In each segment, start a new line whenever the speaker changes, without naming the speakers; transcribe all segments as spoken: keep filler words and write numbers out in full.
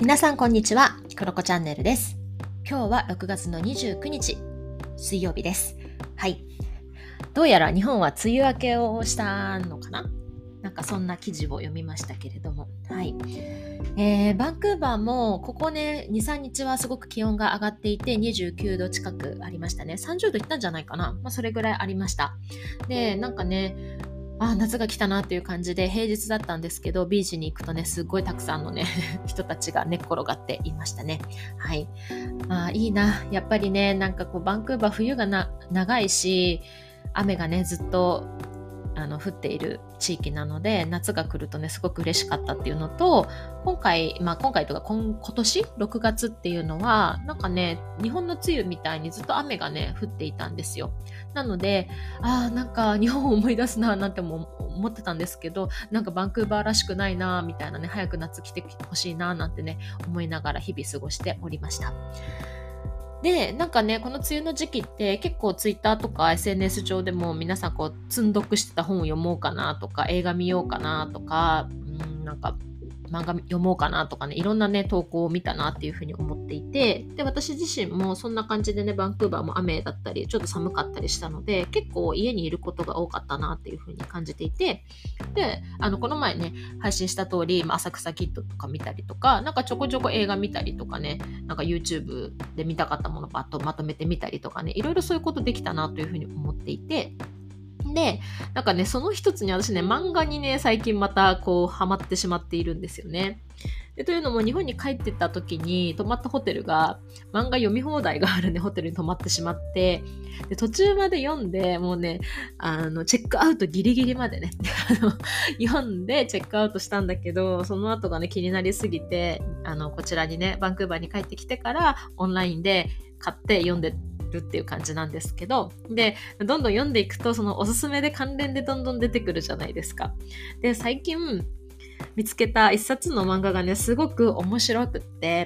皆さんこんにちは、クロコチャンネルです。今日はろくがつのにじゅうくにち水曜日です。はい。どうやら日本は梅雨明けをしたのかな？なんかそんな記事を読みましたけれども、はい。えー、バンクーバーもここねに、さんにちはすごく気温が上がっていてにじゅうきゅうど近くありましたね。さんじゅうどいったんじゃないかな。まあそれぐらいありました。で、なんかね。あ、夏が来たなっていう感じで平日だったんですけど、ビーチに行くとね、すごいたくさんのね人たちが寝っ転がっていましたね。はい。あー、いいな。やっぱりね、なんかこうバンクーバー冬がな長いし、雨がねずっとあの降っている地域なので、夏が来るとねすごく嬉しかったっていうのと、今回まあ今回とか今、今年ろくがつっていうのはなんかね日本の梅雨みたいにずっと雨がね降っていたんですよ。なので、あーなんか日本を思い出すななんても思ってたんですけど、なんかバンクーバーらしくないなみたいなね、早く夏来てほしいななんてね思いながら日々過ごしておりました。で、なんかね、この梅雨の時期って結構ツイッターとか エスエヌエス 上でも皆さんこう積んどくしてた本を読もうかなとか、映画見ようかなとか、うん、なんか漫画読もうかなとかね、いろんなね投稿を見たなっていうふうに思っていて、で私自身もそんな感じでね、バンクーバーも雨だったりちょっと寒かったりしたので、結構家にいることが多かったなっていうふうに感じていて、であのこの前ね配信した通り、まあ、浅草キッドとか見たりとか、なんかちょこちょこ映画見たりとかね、なんか YouTube で見たかったものをバッとまとめてみたりとかね、いろいろそういうことできたなというふうに思っていて、で、なんかね、その一つに私ね、漫画にね、最近またこう、ハマってしまっているんですよね。でというのも、日本に帰ってた時に泊まったホテルが、漫画読み放題があるね、ホテルに泊まってしまって、で途中まで読んで、もうね、あの、チェックアウトギリギリまでね、あの読んでチェックアウトしたんだけど、その後がね、気になりすぎて、あの、こちらにね、バンクーバーに帰ってきてから、オンラインで買って読んでるっていう感じなんですけど、でどんどん読んでいくと、そのおすすめで関連でどんどん出てくるじゃないですか。で最近見つけた一冊の漫画がねすごく面白くって、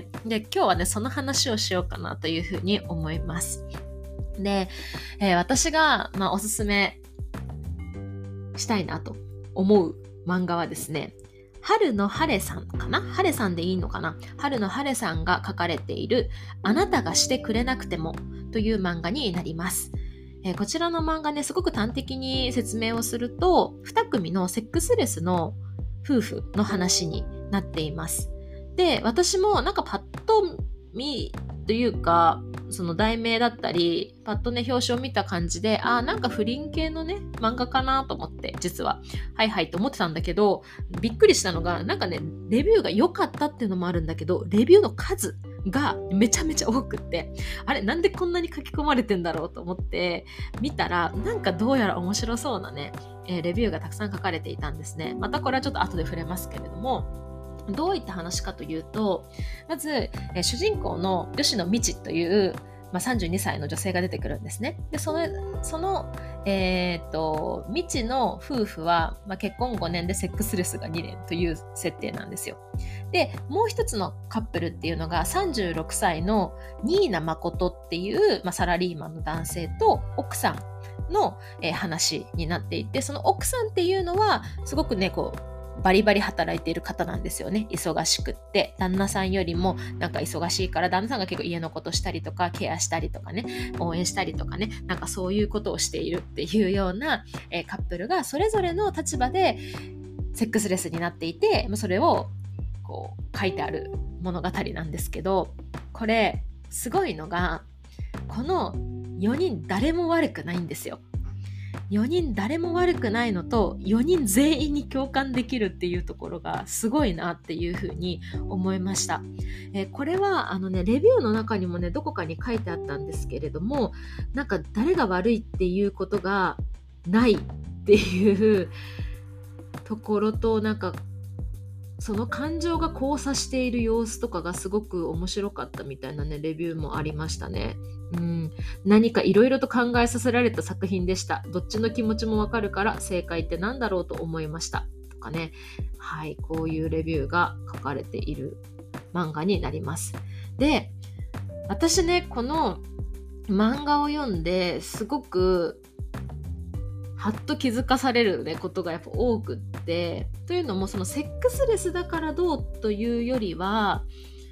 で今日はねその話をしようかなというふうに思います。で、えー私が、まあ、おすすめしたいなと思う漫画はですね、春の晴れさんかな、晴れさんでいいのかな、春の晴れさんが書かれているあなたがしてくれなくてもという漫画になります。えーこちらの漫画ね、すごく端的に説明をすると、に組のセックスレスの夫婦の話になっています。で、私もなんかパッと見というか、その題名だったりパッとね表紙を見た感じで、あーなんか不倫系のね漫画かなと思って、実ははいはいと思ってたんだけど、びっくりしたのが、なんかねレビューが良かったっていうのもあるんだけど、レビューの数がめちゃめちゃ多くって、あれなんでこんなに書き込まれてんだろうと思って見たら、なんかどうやら面白そうなね、えーレビューがたくさん書かれていたんですね。またこれはちょっと後で触れますけれども、どういった話かというと、まず、えー主人公の吉野美智という、まあ、さんじゅうにさいの女性が出てくるんですね。でそのその、えー、と美智の夫婦は、まあ、結婚ごねんでセックスレスがにねんという設定なんですよ。でもう一つのカップルっていうのがさんじゅうろくさいの新名誠っていう、まあ、サラリーマンの男性と奥さんの、えー話になっていて、その奥さんっていうのはすごくねこうバリバリ働いている方なんですよね。忙しくって、旦那さんよりもなんか忙しいから、旦那さんが結構家のことしたりとかケアしたりとかね、応援したりとかね、なんかそういうことをしているっていうような、えーカップルがそれぞれの立場でセックスレスになっていて、それをこう書いてある物語なんですけど、これすごいのが、このよにん誰も悪くないんですよ。よにん誰も悪くないのと、よにん全員に共感できるっていうところがすごいなっていうふうに思いました。えーこれはあのねレビューの中にもねどこかに書いてあったんですけれども、なんか誰が悪いっていうことがないっていうところと、なんかその感情が交差している様子とかがすごく面白かったみたいなねレビューもありましたね。うん、何かいろいろと考えさせられた作品でした。どっちの気持ちもわかるから正解ってなんだろうと思いましたとかね、はい、こういうレビューが書かれている漫画になります。で、私ねこの漫画を読んですごくはっと気づかされる、ね、ことがやっぱ多くって、というのもそのセックスレスだからどうというよりは、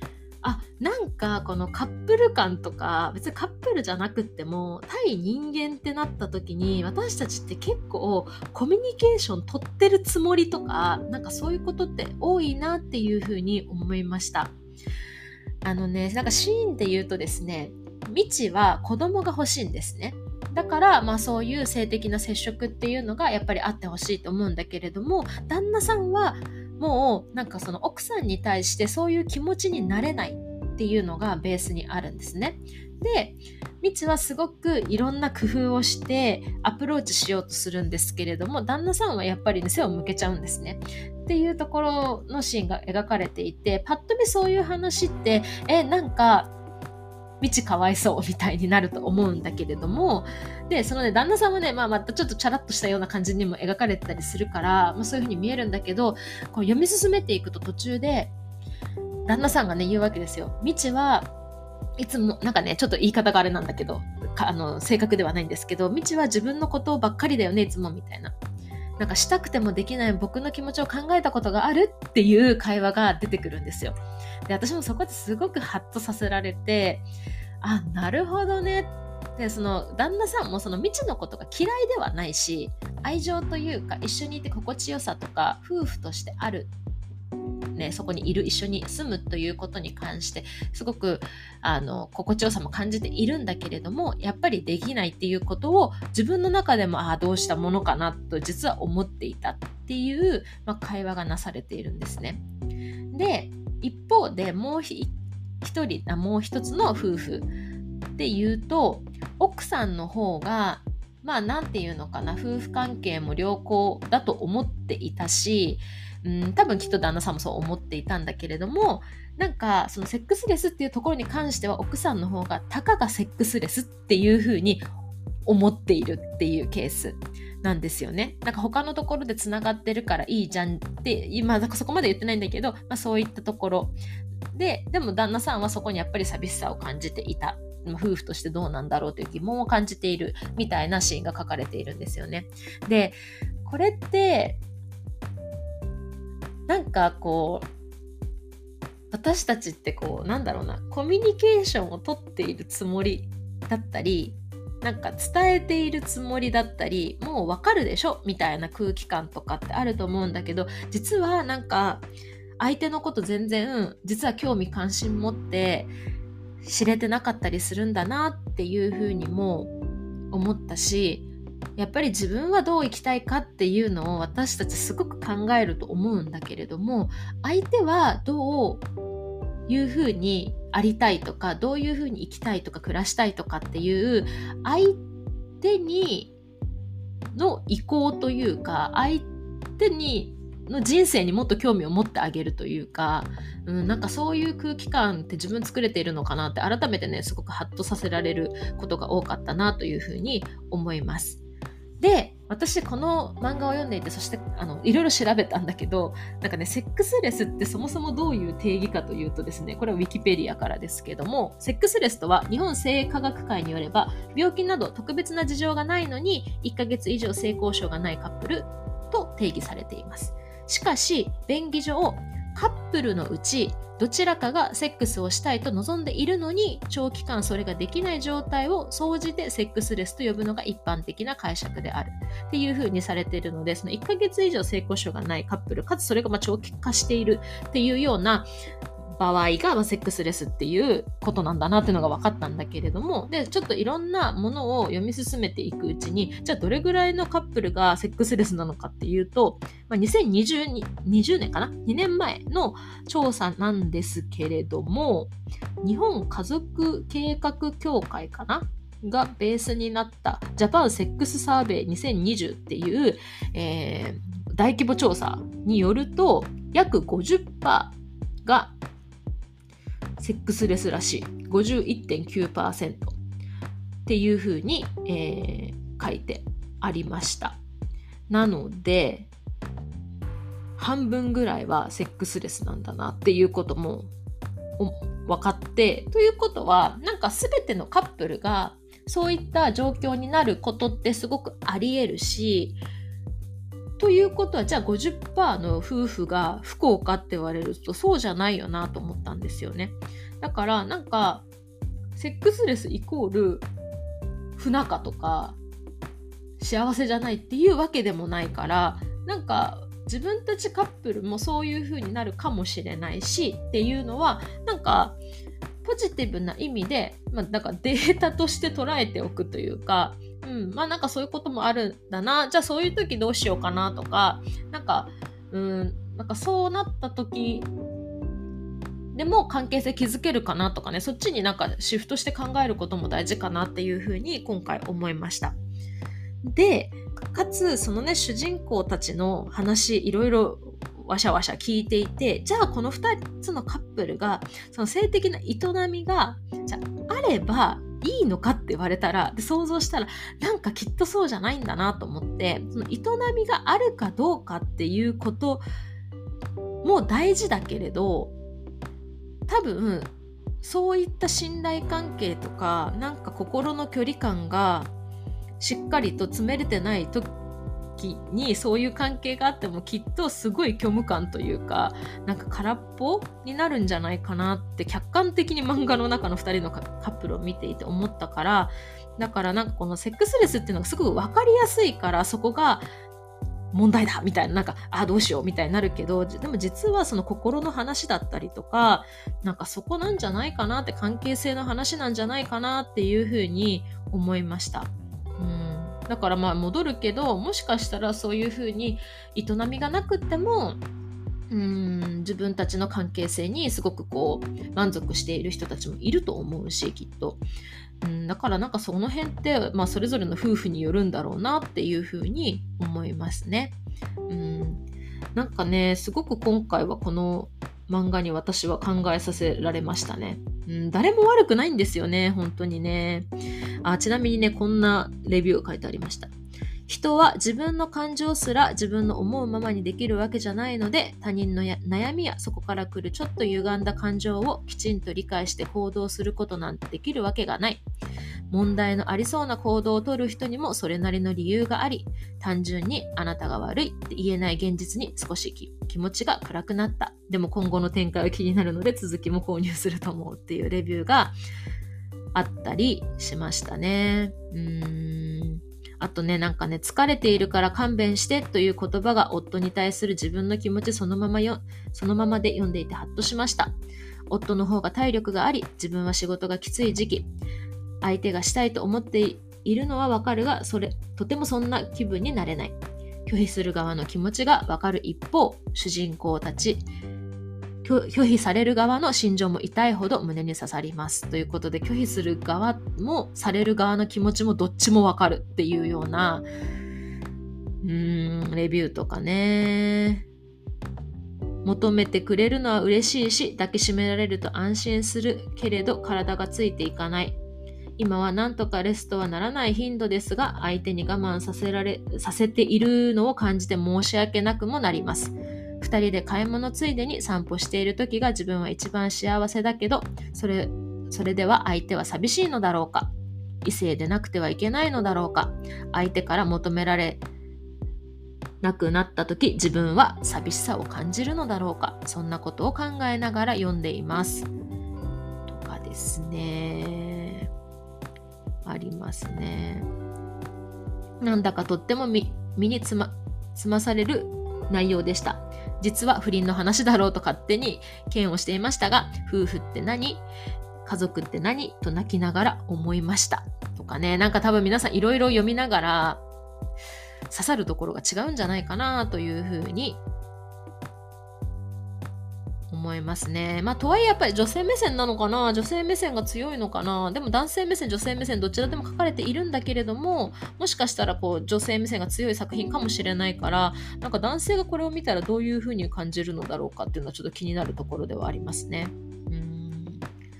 あ、なんかこのカップル感とか、別にカップルじゃなくっても対人間ってなった時に、私たちって結構コミュニケーション取ってるつもりとか、なんかそういうことって多いなっていうふうに思いました。あのね、なんかシーンで言うとですね、みちは子供が欲しいんですね。だから、まあそういう性的な接触っていうのがやっぱりあってほしいと思うんだけれども、旦那さんはもうなんかその奥さんに対してそういう気持ちになれないっていうのがベースにあるんですね。で、みちはすごくいろんな工夫をしてアプローチしようとするんですけれども、旦那さんはやっぱり、ね、背を向けちゃうんですね。っていうところのシーンが描かれていて、パッと見そういう話ってえなんかみちかわいそうみたいになると思うんだけれども、でそのね旦那さんはね、まあ、またちょっとチャラッとしたような感じにも描かれてたりするから、まあ、そういう風に見えるんだけど、こう読み進めていくと途中で旦那さんがね言うわけですよ。みちはいつもなんかねちょっと言い方があれなんだけど、かあの正確ではないんですけど、みちは自分のことばっかりだよねいつもみたいな。なんかしたくてもできない僕の気持ちを考えたことがあるっていう会話が出てくるんですよ。で、私もそこですごくハッとさせられて、あ、なるほどね。で、その旦那さんもそのみちのことが嫌いではないし、愛情というか一緒にいて心地よさとか夫婦としてある、ね、そこにいる、一緒に住むということに関してすごくあの心地よさも感じているんだけれども、やっぱりできないっていうことを自分の中でもああどうしたものかなと実は思っていたっていう、まあ、会話がなされているんですね。で、一方でもう一人あもう一つの夫婦で言うと、奥さんの方がまあなんていうのかな、夫婦関係も良好だと思っていたし、うん、多分きっと旦那さんもそう思っていたんだけれども、なんかそのセックスレスっていうところに関しては奥さんの方がたかがセックスレスっていう風に思っているっていうケースなんですよね。なんか他のところでつながってるからいいじゃんって今そこまで言ってないんだけど、まあ、そういったところで、でも旦那さんはそこにやっぱり寂しさを感じていた。夫婦としてどうなんだろうという疑問を感じているみたいなシーンが書かれているんですよね。で、これってなんかこう私たちってこうなんだろうな、コミュニケーションをとっているつもりだったり、なんか伝えているつもりだったり、もうわかるでしょみたいな空気感とかってあると思うんだけど、実はなんか相手のこと全然実は興味関心持って知れてなかったりするんだなっていうふうにも思ったし、やっぱり自分はどう生きたいかっていうのを私たちすごく考えると思うんだけれども、相手はどういうふうにありたいとか、どういうふうに生きたいとか暮らしたいとかっていう相手にの意向というか、相手にの人生にもっと興味を持ってあげるというか、うん、なんかそういう空気感って自分作れているのかなって改めてねすごくハッとさせられることが多かったなというふうに思います。で、私この漫画を読んでいて、そしてあのいろいろ調べたんだけど、なんかねセックスレスってそもそもどういう定義かというとですね、これはウィキペディアからですけども、セックスレスとは日本性科学会によれば病気など特別な事情がないのにいっかげつ以上性交渉がないカップルと定義されています。しかし便宜上カップルのうちどちらかがセックスをしたいと望んでいるのに長期間それができない状態を総じてセックスレスと呼ぶのが一般的な解釈であるっていう風にされているので、そのいっかげつ以上性交渉がないカップルかつそれがまあ長期化しているっていうような場合が、まあ、セックスレスっていうことなんだなっていうのが分かったんだけれども、でちょっといろんなものを読み進めていくうちに、じゃあどれぐらいのカップルがセックスレスなのかっていうと、まあ、にせんにじゅうねんかなにねんまえの調査なんですけれども、日本家族計画協会かながベースになったジャパンセックスサーベイにせんにじゅうっていう、えー、大規模調査によると、約 ごじゅっパーセント がセックスレスらしい ごじゅういってんきゅうパーセント っていうふうに、えー、書いてありました。なので半分ぐらいはセックスレスなんだなっていうことも分かって、ということはなんか全てのカップルがそういった状況になることってすごくあり得るし、 ということはじゃあ ごじゅっパーセント の夫婦が不幸かって言われるとそうじゃないよなと思ったんですよね。だからなんかセックスレスイコール不仲とか幸せじゃないっていうわけでもないから、なんか自分たちカップルもそういう風になるかもしれないしっていうのはなんかポジティブな意味で、まあ、なんかデータとして捉えておくというか、うん、まあなんかそういうこともあるんだな、じゃあそういう時どうしようかなとか、なんか、うん、なんかそうなった時でも関係性築けるかなとかね、そっちになんかシフトして考えることも大事かなっていうふうに今回思いました。で、かつそのね主人公たちの話いろいろわしゃわしゃ聞いていて、じゃあこのふたつのカップルがその性的な営みがじゃあ、あればいいのかって言われたら、で想像したらなんかきっとそうじゃないんだなと思って、その営みがあるかどうかっていうことも大事だけれど、多分そういった信頼関係とかなんか心の距離感がしっかりと詰めれてない時にそういう関係があってもきっとすごい虚無感というかなんか空っぽになるんじゃないかなって客観的に漫画の中のふたりのカップルを見ていて思ったから、だからなんかこのセックスレスっていうのがすごく分かりやすいからそこが問題だみたいな、なんかあどうしようみたいになるけど、でも実はその心の話だったりとかなんかそこなんじゃないかなって、関係性の話なんじゃないかなっていうふうに思いました。うんだからまあ戻るけど、もしかしたらそういうふうに営みがなくってもうーん自分たちの関係性にすごくこう満足している人たちもいると思うし、きっとうんだからなんかその辺って、まあ、それぞれの夫婦によるんだろうなっていうふうに思いますね。うんなんかねすごく今回はこの漫画に私は考えさせられましたね。うん、誰も悪くないんですよね、本当にね。あ、ちなみにね、こんなレビューが書いてありました。人は自分の感情すら自分の思うままにできるわけじゃないので、他人のや悩みやそこから来るちょっと歪んだ感情をきちんと理解して行動することなんてできるわけがない。問題のありそうな行動をとる人にもそれなりの理由があり、単純にあなたが悪いって言えない現実に少し気気持ちが暗くなった。でも今後の展開は気になるので続きも購入すると思うっていうレビューがあったりしましたね。うーんあとね、なんかね、疲れているから勘弁してという言葉が夫に対する自分の気持ちそのままよそのままで読んでいてハッとしました。夫の方が体力があり、自分は仕事がきつい時期、相手がしたいと思っているのはわかるが、それとてもそんな気分になれない。拒否する側の気持ちがわかる一方、主人公たち拒否される側の心情も痛いほど胸に刺さりますということで、拒否する側もされる側の気持ちもどっちもわかるっていうようなうーんレビューとかね。求めてくれるのは嬉しいし、抱きしめられると安心するけれど体がついていかない。今はなんとかレスとはならない頻度ですが、相手に我慢させられさせているのを感じて申し訳なくもなります。二人で買い物ついでに散歩している時が自分は一番幸せだけど、それ、それでは相手は寂しいのだろうか。異性でなくてはいけないのだろうか。相手から求められなくなった時、自分は寂しさを感じるのだろうか。そんなことを考えながら読んでいます。とかですね。ありますね。なんだかとっても身につま、つまされる内容でした。実は不倫の話だろうと勝手に嫌悪していましたが、夫婦って何？家族って何？と泣きながら思いました。とかね、なんか多分皆さんいろいろ読みながら刺さるところが違うんじゃないかなというふうに思いますね。まあとはいえやっぱり女性目線なのかな、女性目線が強いのかな。でも男性目線女性目線どちらでも書かれているんだけれども、もしかしたらこう女性目線が強い作品かもしれないから、なんか男性がこれを見たらどういう風に感じるのだろうかっていうのはちょっと気になるところではありますね。うーん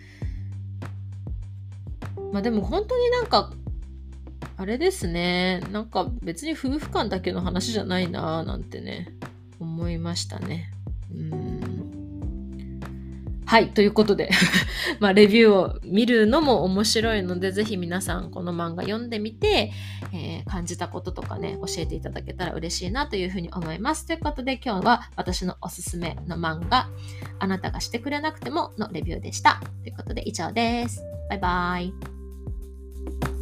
まあでも本当になんかあれですね、なんか別に夫婦間だけの話じゃないなーなんてね思いましたね。うーんはい、ということで、まあ、レビューを見るのも面白いので、ぜひ皆さんこの漫画読んでみて、えー感じたこととかね、教えていただけたら嬉しいなというふうに思います。ということで、今日は私のおすすめの漫画、あなたがしてくれなくてものレビューでした。ということで、以上です。バイバイ。